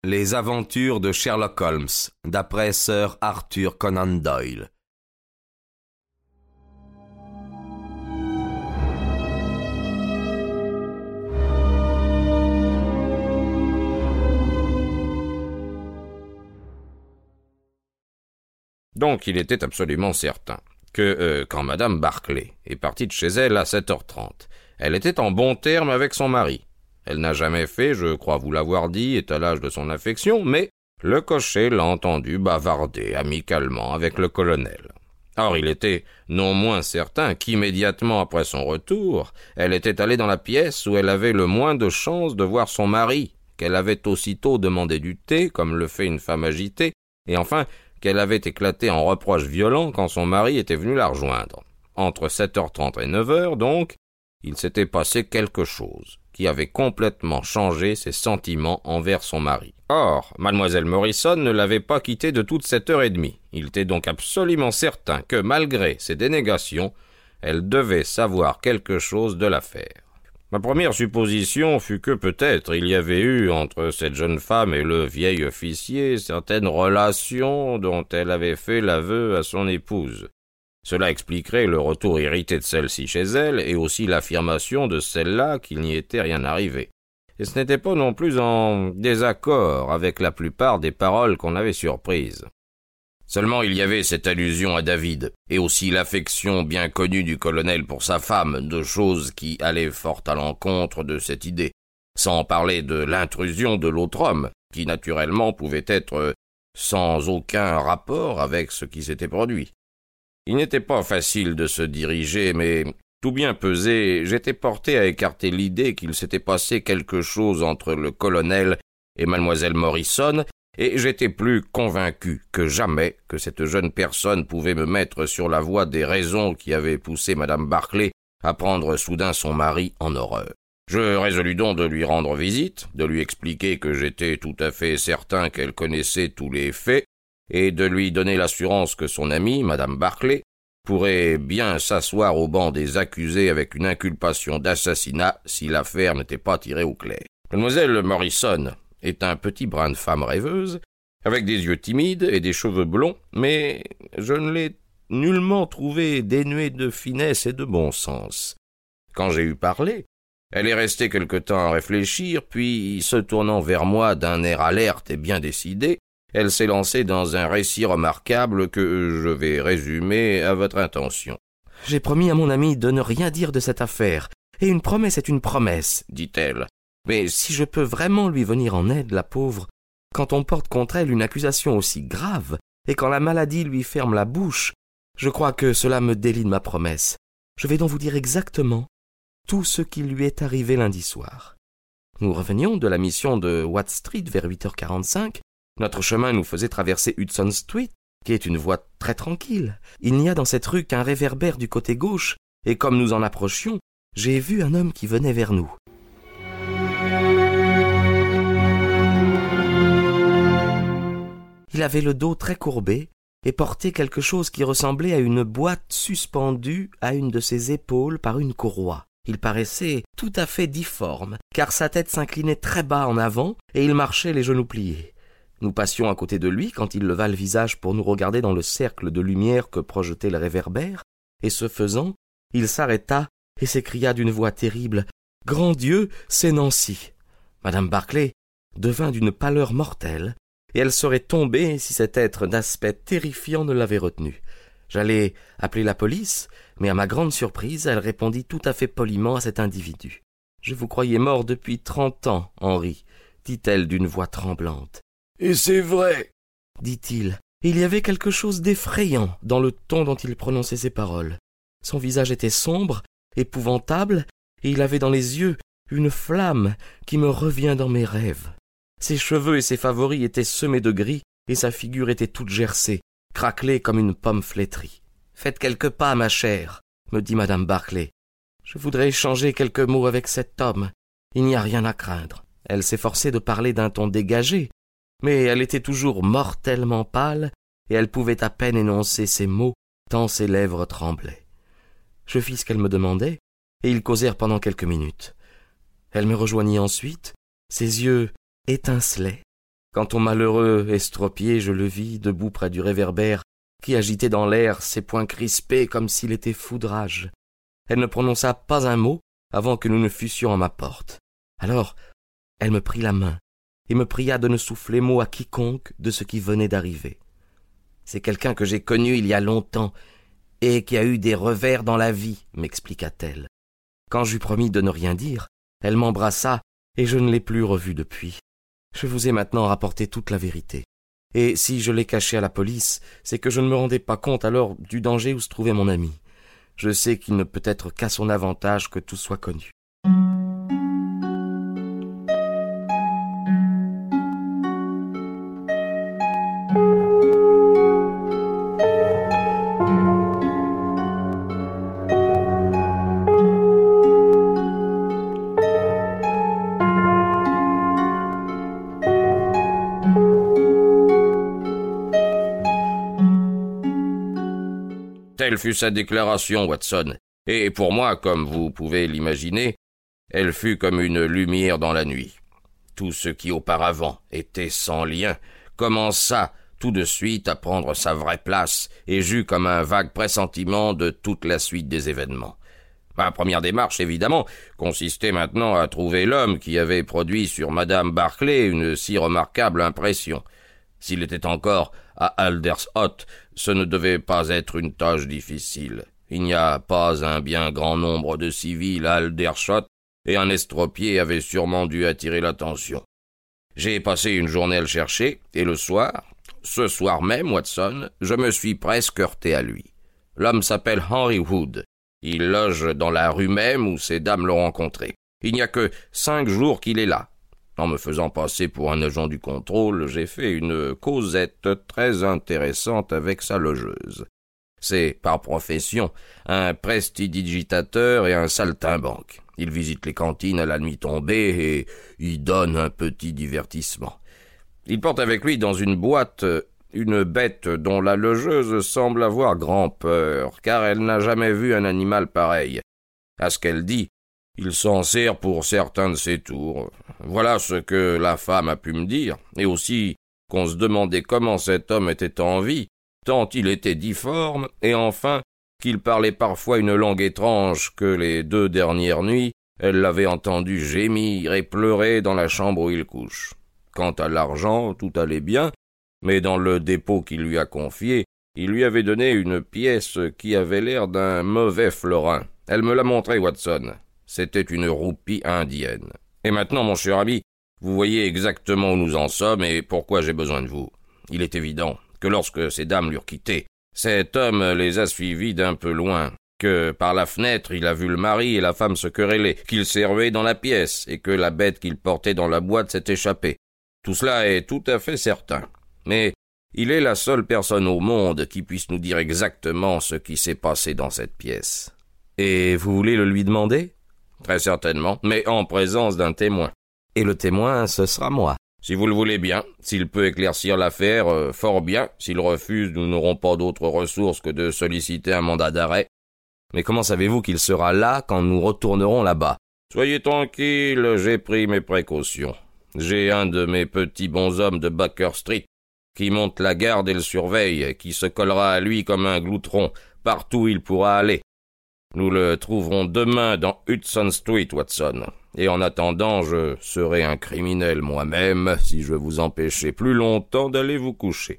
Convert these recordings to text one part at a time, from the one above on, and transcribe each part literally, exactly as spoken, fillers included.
Les aventures de Sherlock Holmes, d'après Sir Arthur Conan Doyle. Donc il était absolument certain que euh, quand Madame Barclay est partie de chez elle à sept heures trente, elle était en bons termes avec son mari. Elle n'a jamais fait, je crois vous l'avoir dit, étalage de son affection, mais le cocher l'a entendu bavarder amicalement avec le colonel. Or il était non moins certain qu'immédiatement après son retour, elle était allée dans la pièce où elle avait le moins de chance de voir son mari, qu'elle avait aussitôt demandé du thé, comme le fait une femme agitée, et enfin qu'elle avait éclaté en reproches violents quand son mari était venu la rejoindre. Entre sept heures trente et neuf heures, donc, il s'était passé quelque chose qui avait complètement changé ses sentiments envers son mari. Or, mademoiselle Morrison ne l'avait pas quitté de toute cette heure et demie. Il était donc absolument certain que, malgré ses dénégations, elle devait savoir quelque chose de l'affaire. Ma première supposition fut que peut-être il y avait eu entre cette jeune femme et le vieil officier certaines relations dont elle avait fait l'aveu à son épouse. Cela expliquerait le retour irrité de celle-ci chez elle et aussi l'affirmation de celle-là qu'il n'y était rien arrivé. Et ce n'était pas non plus en désaccord avec la plupart des paroles qu'on avait surprises. Seulement il y avait cette allusion à David, et aussi l'affection bien connue du colonel pour sa femme, deux choses qui allaient fort à l'encontre de cette idée, sans parler de l'intrusion de l'autre homme, qui naturellement pouvait être sans aucun rapport avec ce qui s'était produit. Il n'était pas facile de se diriger, mais tout bien pesé, j'étais porté à écarter l'idée qu'il s'était passé quelque chose entre le colonel et mademoiselle Morrison, et j'étais plus convaincu que jamais que cette jeune personne pouvait me mettre sur la voie des raisons qui avaient poussé madame Barclay à prendre soudain son mari en horreur. Je résolus donc de lui rendre visite, de lui expliquer que j'étais tout à fait certain qu'elle connaissait tous les faits, et de lui donner l'assurance que son amie, madame Barclay, pourrait bien s'asseoir au banc des accusés avec une inculpation d'assassinat si l'affaire n'était pas tirée au clair. Mademoiselle Morrison est un petit brin de femme rêveuse, avec des yeux timides et des cheveux blonds, mais je ne l'ai nullement trouvée dénuée de finesse et de bon sens. Quand j'ai eu parlé, elle est restée quelque temps à réfléchir, puis, se tournant vers moi d'un air alerte et bien décidé, elle s'est lancée dans un récit remarquable que je vais résumer à votre intention. « J'ai promis à mon ami de ne rien dire de cette affaire, et une promesse est une promesse, dit-elle. Mais si je peux vraiment lui venir en aide, la pauvre, quand on porte contre elle une accusation aussi grave, et quand la maladie lui ferme la bouche, je crois que cela me délie de ma promesse. Je vais donc vous dire exactement tout ce qui lui est arrivé lundi soir. Nous revenions de la mission de Watt Street vers huit heures quarante-cinq. Notre chemin nous faisait traverser Hudson Street, qui est une voie très tranquille. Il n'y a dans cette rue qu'un réverbère du côté gauche, et comme nous en approchions, j'ai vu un homme qui venait vers nous. Il avait le dos très courbé et portait quelque chose qui ressemblait à une boîte suspendue à une de ses épaules par une courroie. Il paraissait tout à fait difforme, car sa tête s'inclinait très bas en avant et il marchait les genoux pliés. Nous passions à côté de lui quand il leva le visage pour nous regarder dans le cercle de lumière que projetait le réverbère, et ce faisant, il s'arrêta et s'écria d'une voix terrible « Grand Dieu, c'est Nancy !» Madame Barclay devint d'une pâleur mortelle, et elle serait tombée si cet être d'aspect terrifiant ne l'avait retenue. J'allais appeler la police, mais à ma grande surprise, elle répondit tout à fait poliment à cet individu. « Je vous croyais mort depuis trente ans, Henri, » dit-elle d'une voix tremblante. « Et c'est vrai, » dit-il. Il y avait quelque chose d'effrayant dans le ton dont il prononçait ces paroles. Son visage était sombre, épouvantable, et il avait dans les yeux une flamme qui me revient dans mes rêves. Ses cheveux et ses favoris étaient semés de gris, et sa figure était toute gercée, craquelée comme une pomme flétrie. « Faites quelques pas, ma chère, » me dit madame Barclay. « Je voudrais échanger quelques mots avec cet homme. Il n'y a rien à craindre. » Elle s'efforçait de parler d'un ton dégagé, mais elle était toujours mortellement pâle, et elle pouvait à peine énoncer ses mots, tant ses lèvres tremblaient. Je fis ce qu'elle me demandait, et ils causèrent pendant quelques minutes. Elle me rejoignit ensuite, ses yeux étincelaient, Quant au malheureux estropié, je le vis debout près du réverbère, qui agitait dans l'air ses poings crispés comme s'il était fou de rage. Elle ne prononça pas un mot avant que nous ne fussions à ma porte. Alors, elle me prit la main et me pria de ne souffler mot à quiconque de ce qui venait d'arriver. C'est quelqu'un que j'ai connu il y a longtemps et qui a eu des revers dans la vie, m'expliqua-t-elle. Quand j'eus promis de ne rien dire, elle m'embrassa et je ne l'ai plus revue depuis. Je vous ai maintenant rapporté toute la vérité. Et si je l'ai cachée à la police, c'est que je ne me rendais pas compte alors du danger où se trouvait mon ami. Je sais qu'il ne peut être qu'à son avantage que tout soit connu. Telle fut sa déclaration, Watson, et pour moi, comme vous pouvez l'imaginer, elle fut comme une lumière dans la nuit. Tout ce qui auparavant était sans lien commença tout de suite à prendre sa vraie place, et j'eus comme un vague pressentiment de toute la suite des événements. Ma première démarche, évidemment, consistait maintenant à trouver l'homme qui avait produit sur Madame Barclay une si remarquable impression. S'il était encore à Aldershot, ce ne devait pas être une tâche difficile. Il n'y a pas un bien grand nombre de civils à Aldershot, et un estropié avait sûrement dû attirer l'attention. J'ai passé une journée à le chercher, et le soir, ce soir même, Watson, je me suis presque heurté à lui. L'homme s'appelle Henry Wood. Il loge dans la rue même où ces dames l'ont rencontré. Il n'y a que cinq jours qu'il est là. En me faisant passer pour un agent du contrôle, j'ai fait une causette très intéressante avec sa logeuse. C'est, par profession, un prestidigitateur et un saltimbanque. Il visite les cantines à la nuit tombée et y donne un petit divertissement. Il porte avec lui dans une boîte une bête dont la logeuse semble avoir grand peur, car elle n'a jamais vu un animal pareil. À ce qu'elle dit, il s'en sert pour certains de ses tours. Voilà ce que la femme a pu me dire, et aussi qu'on se demandait comment cet homme était en vie, tant il était difforme, et enfin qu'il parlait parfois une langue étrange que les deux dernières nuits, elle l'avait entendu gémir et pleurer dans la chambre où il couche. Quant à l'argent, tout allait bien, mais dans le dépôt qu'il lui a confié, il lui avait donné une pièce qui avait l'air d'un mauvais florin. Elle me l'a montré, Watson. C'était une roupie indienne. Et maintenant, mon cher ami, vous voyez exactement où nous en sommes et pourquoi j'ai besoin de vous. Il est évident que lorsque ces dames l'eurent quitté, cet homme les a suivies d'un peu loin, que par la fenêtre il a vu le mari et la femme se quereller, qu'il s'est rué dans la pièce et que la bête qu'il portait dans la boîte s'est échappée. Tout cela est tout à fait certain. Mais il est la seule personne au monde qui puisse nous dire exactement ce qui s'est passé dans cette pièce. Et vous voulez le lui demander ? Très certainement, mais en présence d'un témoin. Et le témoin, ce sera moi. Si vous le voulez bien, s'il peut éclaircir l'affaire, euh, fort bien. S'il refuse, nous n'aurons pas d'autre ressource que de solliciter un mandat d'arrêt. Mais comment savez-vous qu'il sera là quand nous retournerons là-bas ? Soyez tranquille, j'ai pris mes précautions. J'ai un de mes petits bonshommes de Baker Street qui monte la garde et le surveille, qui se collera à lui comme un gloutron partout où il pourra aller. Nous le trouverons demain dans Hudson Street, Watson. Et en attendant, je serai un criminel moi-même si je vous empêchais plus longtemps d'aller vous coucher.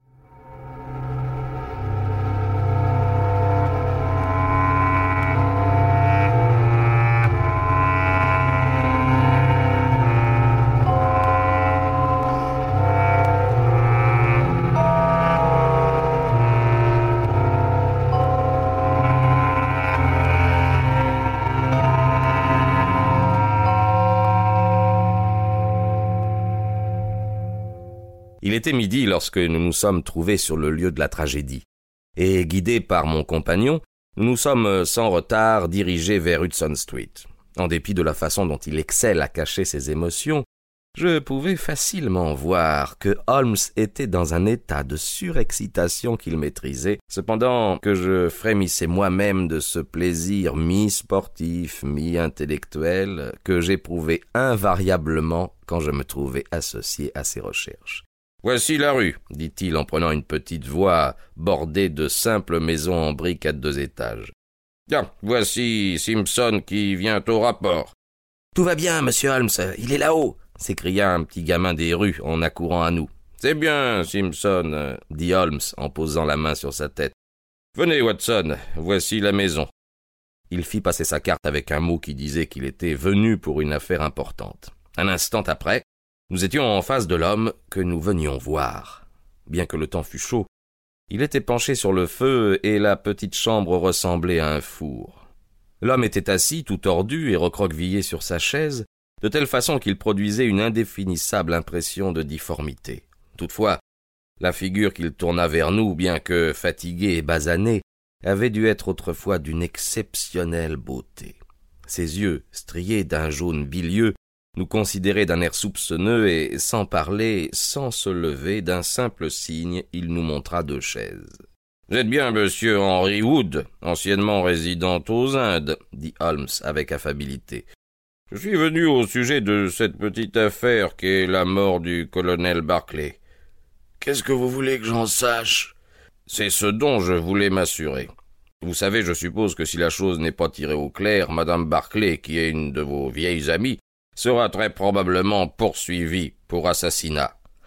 Il était midi lorsque nous nous sommes trouvés sur le lieu de la tragédie, et guidés par mon compagnon, nous nous sommes sans retard dirigés vers Hudson Street. En dépit de la façon dont il excelle à cacher ses émotions, Je pouvais facilement voir que Holmes était dans un état de surexcitation qu'il maîtrisait, cependant que je frémissais moi-même de ce plaisir mi-sportif, mi-intellectuel que j'éprouvais invariablement quand je me trouvais associé à ses recherches. « Voici la rue, » dit-il en prenant une petite voie bordée de simples maisons en briques à deux étages. « Tiens, voici Simpson qui vient au rapport. »« Tout va bien, monsieur Holmes, il est là-haut !» s'écria un petit gamin des rues en accourant à nous. « C'est bien, Simpson, » dit Holmes en posant la main sur sa tête. « Venez, Watson, voici la maison. » Il fit passer sa carte avec un mot qui disait qu'il était venu pour une affaire importante. Un instant après, nous étions en face de l'homme que nous venions voir. Bien que le temps fût chaud, il était penché sur le feu et la petite chambre ressemblait à un four. L'homme était assis, tout tordu et recroquevillé sur sa chaise, de telle façon qu'il produisait une indéfinissable impression de difformité. Toutefois, la figure qu'il tourna vers nous, bien que fatiguée et basanée, avait dû être autrefois d'une exceptionnelle beauté. Ses yeux, striés d'un jaune bilieux, nous considéraient d'un air soupçonneux et, sans parler, sans se lever, d'un simple signe, il nous montra deux chaises. « Vous êtes bien monsieur Henry Wood, anciennement résident aux Indes, » dit Holmes avec affabilité. « Je suis venu au sujet de cette petite affaire qu'est la mort du colonel Barclay. »« Qu'est-ce que vous voulez que j'en sache ?»« C'est ce dont je voulais m'assurer. Vous savez, je suppose que si la chose n'est pas tirée au clair, madame Barclay, qui est une de vos vieilles amies, sera très probablement poursuivie pour assassinat. »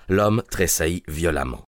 L'homme tressaillit violemment.